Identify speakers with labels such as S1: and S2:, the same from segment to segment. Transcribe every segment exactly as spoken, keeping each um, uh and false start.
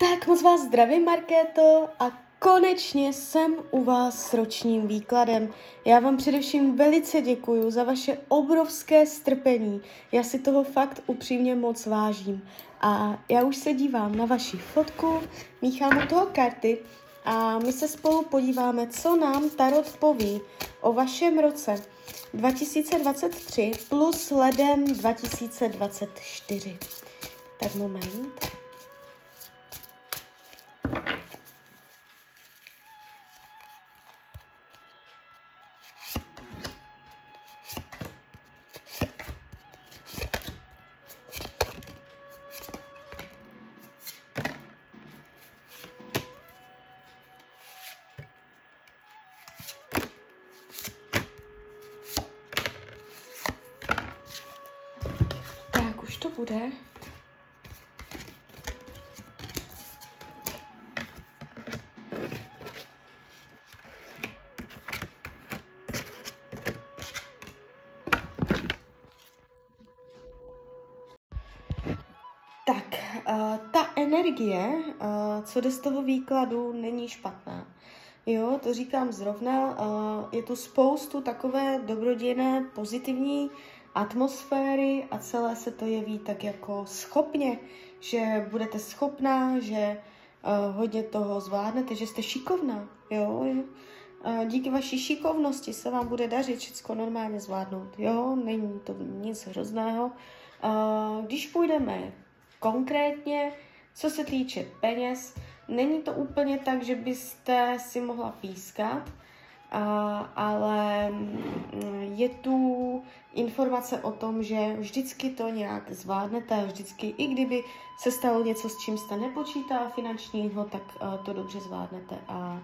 S1: Tak moc vás zdravím, Markéto, a konečně jsem u vás s ročním výkladem. Já vám především velice děkuju za vaše obrovské strpení. Já si toho fakt upřímně moc vážím. A já už se dívám na vaši fotku, míchám u toho karty a my se spolu podíváme, co nám Tarot poví o vašem roce dva tisíce dvacet tři plus leden dva tisíce dvacet čtyři. Tak moment. Tak už to bude. Tak, uh, ta energie, uh, co jde z toho výkladu, není špatná. Jo, to říkám zrovna, uh, je tu spoustu takové dobrodějné, pozitivní atmosféry a celé se to jeví tak jako schopně, že budete schopná, že uh, hodně toho zvládnete, že jste šikovná, jo. Uh, díky vaší šikovnosti se vám bude dařit všechno normálně zvládnout, jo, není to nic hrozného. Uh, když půjdeme konkrétně, co se týče peněz, není to úplně tak, že byste si mohla pískat, ale je tu informace o tom, že vždycky to nějak zvládnete, vždycky, i kdyby se stalo něco, s čím jste nepočítala finančního, tak to dobře zvládnete a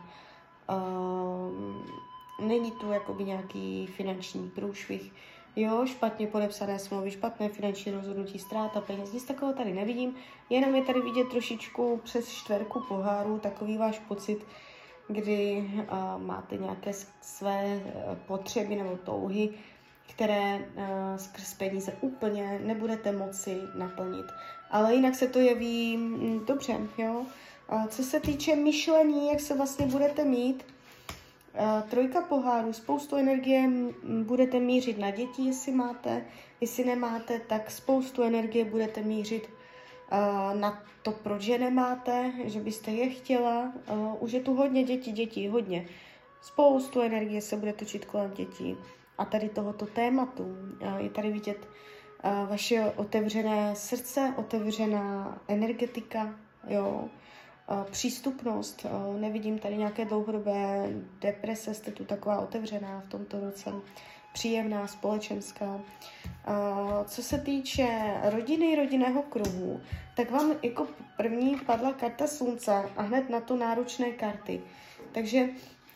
S1: uh, není tu jakoby nějaký finanční průšvih. Jo, špatně podepsané smlouvy, špatné finanční rozhodnutí, ztráta peněz, nic takového tady nevidím, jenom je tady vidět trošičku přes čtverku poháru, takový váš pocit, kdy uh, máte nějaké své uh, potřeby nebo touhy, které uh, skrz peníze úplně nebudete moci naplnit. Ale jinak se to jeví mm, dobře, jo. Uh, co se týče myšlení, jak se vlastně budete mít, Uh, trojka pohárů, spoustu energie budete mířit na děti, jestli máte, jestli nemáte, tak spoustu energie budete mířit uh, na to, proč je nemáte, že byste je chtěla. Uh, už je tu hodně dětí, dětí, hodně. Spoustu energie se bude točit kolem dětí a tady tohoto tématu. Uh, je tady vidět uh, vaše otevřené srdce, otevřená energetika, jo. Přístupnost, nevidím tady nějaké dlouhodobé deprese, jste tu taková otevřená v tomto roce, příjemná, společenská. Co se týče rodiny, rodinného kruhu, tak vám jako první padla karta slunce a hned na to náročné karty. Takže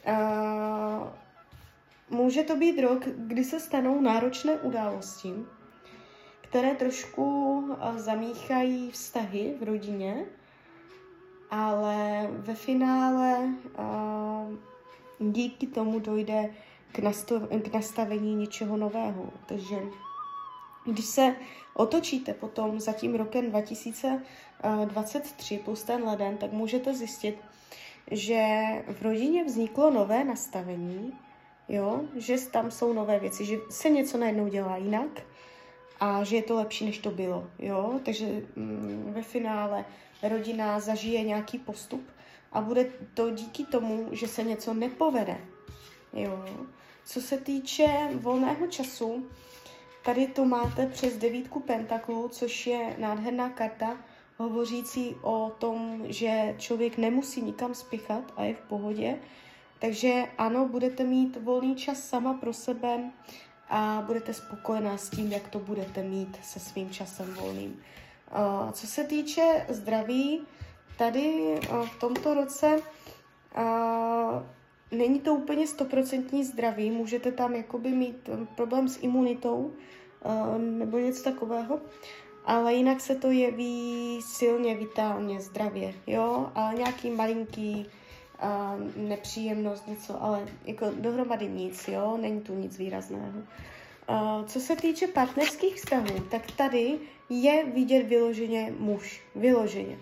S1: může to být rok, kdy se stanou náročné události, které trošku zamíchají vztahy v rodině, ale ve finále uh, díky tomu dojde k, nastav- k nastavení něčeho nového. Takže když se otočíte potom za tím rokem dva tisíce dvacet tři plus ten leden, tak můžete zjistit, že v rodině vzniklo nové nastavení, jo? Že tam jsou nové věci, že se něco najednou dělá jinak a že je to lepší, než to bylo. Jo? Takže mm, ve finále rodina zažije nějaký postup a bude to díky tomu, že se něco nepovede. Jo. Co se týče volného času, tady to máte přes devítku pentaklů, což je nádherná karta, hovořící o tom, že člověk nemusí nikam spěchat a je v pohodě. Takže ano, budete mít volný čas sama pro sebe a budete spokojená s tím, jak to budete mít se svým časem volným. Uh, co se týče zdraví, tady uh, v tomto roce uh, není to úplně stoprocentní zdraví, můžete tam jakoby mít problém s imunitou uh, nebo něco takového, ale jinak se to jeví silně, vitálně, zdravě, jo, ale nějaký malinký uh, nepříjemnost, něco, ale jako dohromady nic, jo, není tu nic výrazného. Uh, co se týče partnerských vztahů, tak tady je vidět vyloženě muž. Vyloženě.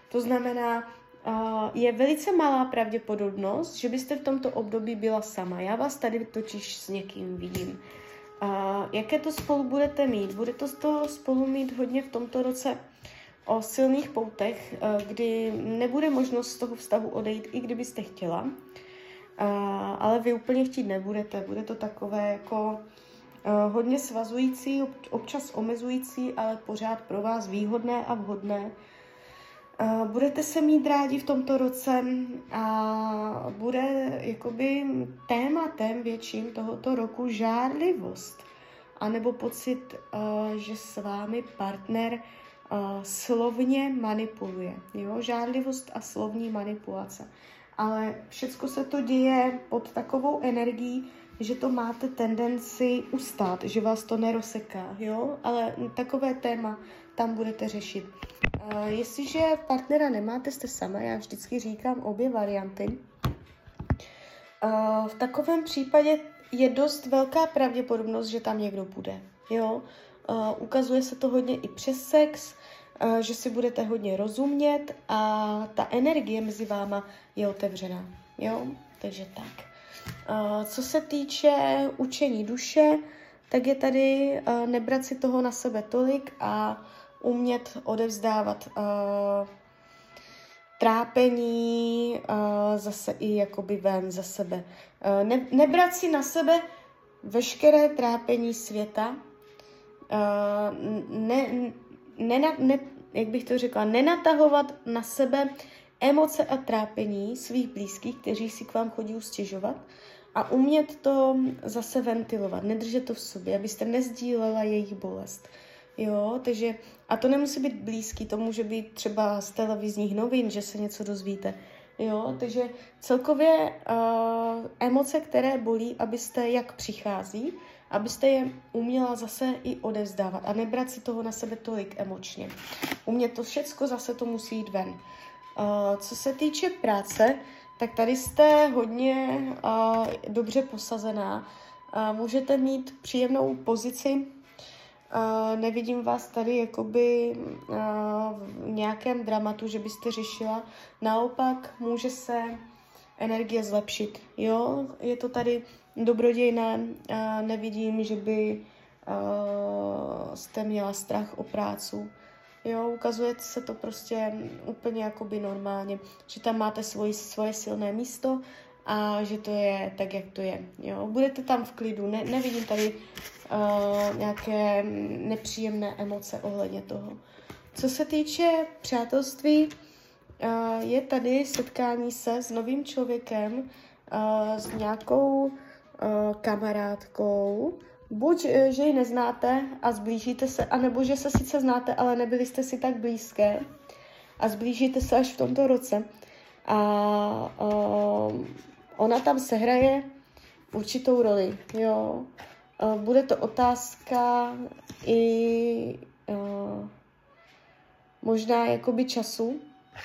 S1: To znamená, uh, je velice malá pravděpodobnost, že byste v tomto období byla sama. Já vás tady totiž s někým vidím. Uh, jaké to spolu budete mít? Budete to spolu mít hodně v tomto roce o silných poutech, uh, kdy nebude možnost z toho vztahu odejít, i kdybyste chtěla. Uh, ale vy úplně chtít nebudete. Bude to takové jako uh, hodně svazující, občas omezující, ale pořád pro vás výhodné a vhodné. Uh, budete se mít rádi v tomto roce a bude jakoby tématem větším tohoto roku žárlivost. A nebo pocit, uh, že s vámi partner uh, slovně manipuluje. Jo? Žárlivost a slovní manipulace. Ale všecko se to děje pod takovou energií, že to máte tendenci ustát, že vás to nerozseká, jo? Ale takové téma tam budete řešit. Uh, jestliže partnera nemáte, jste sama, já vždycky říkám obě varianty. Uh, v takovém případě je dost velká pravděpodobnost, že tam někdo bude, jo? Uh, ukazuje se to hodně i přes sex, uh, že si budete hodně rozumět a ta energie mezi váma je otevřená, jo? Takže tak. Uh, co se týče učení duše, tak je tady uh, nebrat si toho na sebe tolik a umět odevzdávat uh, trápení uh, zase i jakoby ven za sebe. Uh, ne, nebrat si na sebe veškeré trápení světa, uh, ne, ne, ne, jak bych to řekla, nenatahovat na sebe emoce a trápení svých blízkých, kteří si k vám chodí stěžovat a umět to zase ventilovat, nedržet to v sobě, abyste nezdílela jejich bolest. Jo, takže, a to nemusí být blízký, to může být třeba z televizních novin, že se něco dozvíte. Jo, takže celkově uh, emoce, které bolí, abyste, jak přichází, abyste je uměla zase i odevzdávat a nebrat si toho na sebe tolik emočně. Umět to všecko, zase to musí jít ven. Uh, co se týče práce, tak tady jste hodně uh, dobře posazená. Uh, můžete mít příjemnou pozici. Uh, nevidím vás tady jakoby uh, v nějakém dramatu, že byste řešila. Naopak může se energie zlepšit. Jo? Je to tady dobrodějné. Uh, nevidím, že by uh, jste měla strach o práci. Jo, ukazuje se to prostě úplně jakoby normálně, že tam máte svoji, svoje silné místo a že to je tak, jak to je. Jo, budete tam v klidu, ne, nevidím tady uh, nějaké nepříjemné emoce ohledně toho. Co se týče přátelství, uh, je tady setkání se s novým člověkem, uh, s nějakou uh, kamarádkou, buď, že ji neznáte a zblížíte se, anebo že se sice znáte, ale nebyli jste si tak blízké a zblížíte se až v tomto roce. A uh, ona tam sehraje určitou roli, jo. Uh, bude to otázka i uh, možná jakoby času,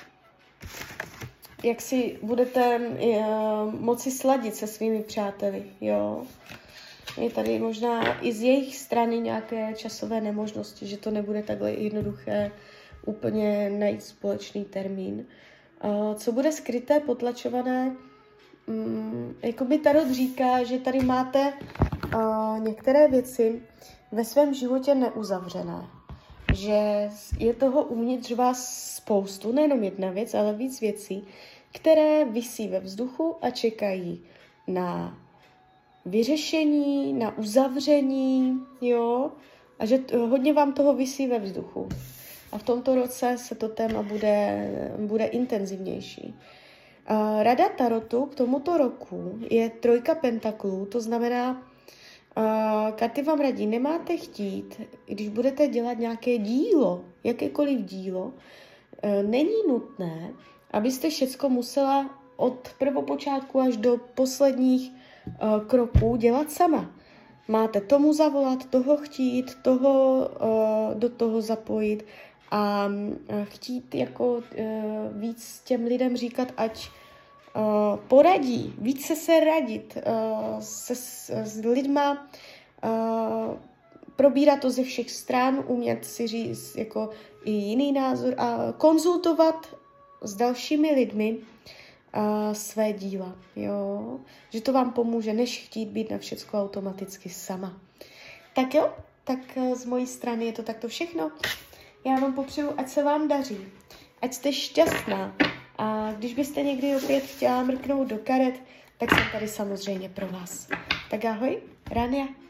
S1: jak si budete uh, moci sladit se svými přáteli, jo. Je tady možná i z jejich strany nějaké časové nemožnosti, že to nebude takhle jednoduché úplně najít společný termín. Uh, co bude skryté, potlačované? Um, jakoby Tarot říká, že tady máte uh, některé věci ve svém životě neuzavřené. Že je toho uvnitř vás spoustu, nejenom jedna věc, ale víc věcí, které visí ve vzduchu a čekají na vyřešení, na uzavření, jo, a že t- hodně vám toho visí ve vzduchu. A v tomto roce se to téma bude, bude intenzivnější. Uh, Rada Tarotu k tomuto roku je trojka pentaklů, to znamená, uh, karty vám radí, nemáte chtít, když budete dělat nějaké dílo, jakékoliv dílo, uh, není nutné, abyste všecko musela od prvopočátku až do posledních uh, kroků dělat sama. Máte tomu zavolat, toho chtít, toho uh, do toho zapojit a uh, chtít jako uh, víc těm lidem říkat, ať uh, poradí, více se radit uh, se, s, s lidma, uh, probírat to ze všech stran, umět si říct jako i jiný názor a konzultovat s dalšími lidmi uh, své díla, jo? Že to vám pomůže, než chtít být na všecko automaticky sama. Tak jo, tak uh, z mojí strany je to takto všechno. Já vám popřeju, ať se vám daří, ať jste šťastná. A když byste někdy opět chtěla mrknout do karet, tak jsem tady samozřejmě pro vás. Tak ahoj, Rania.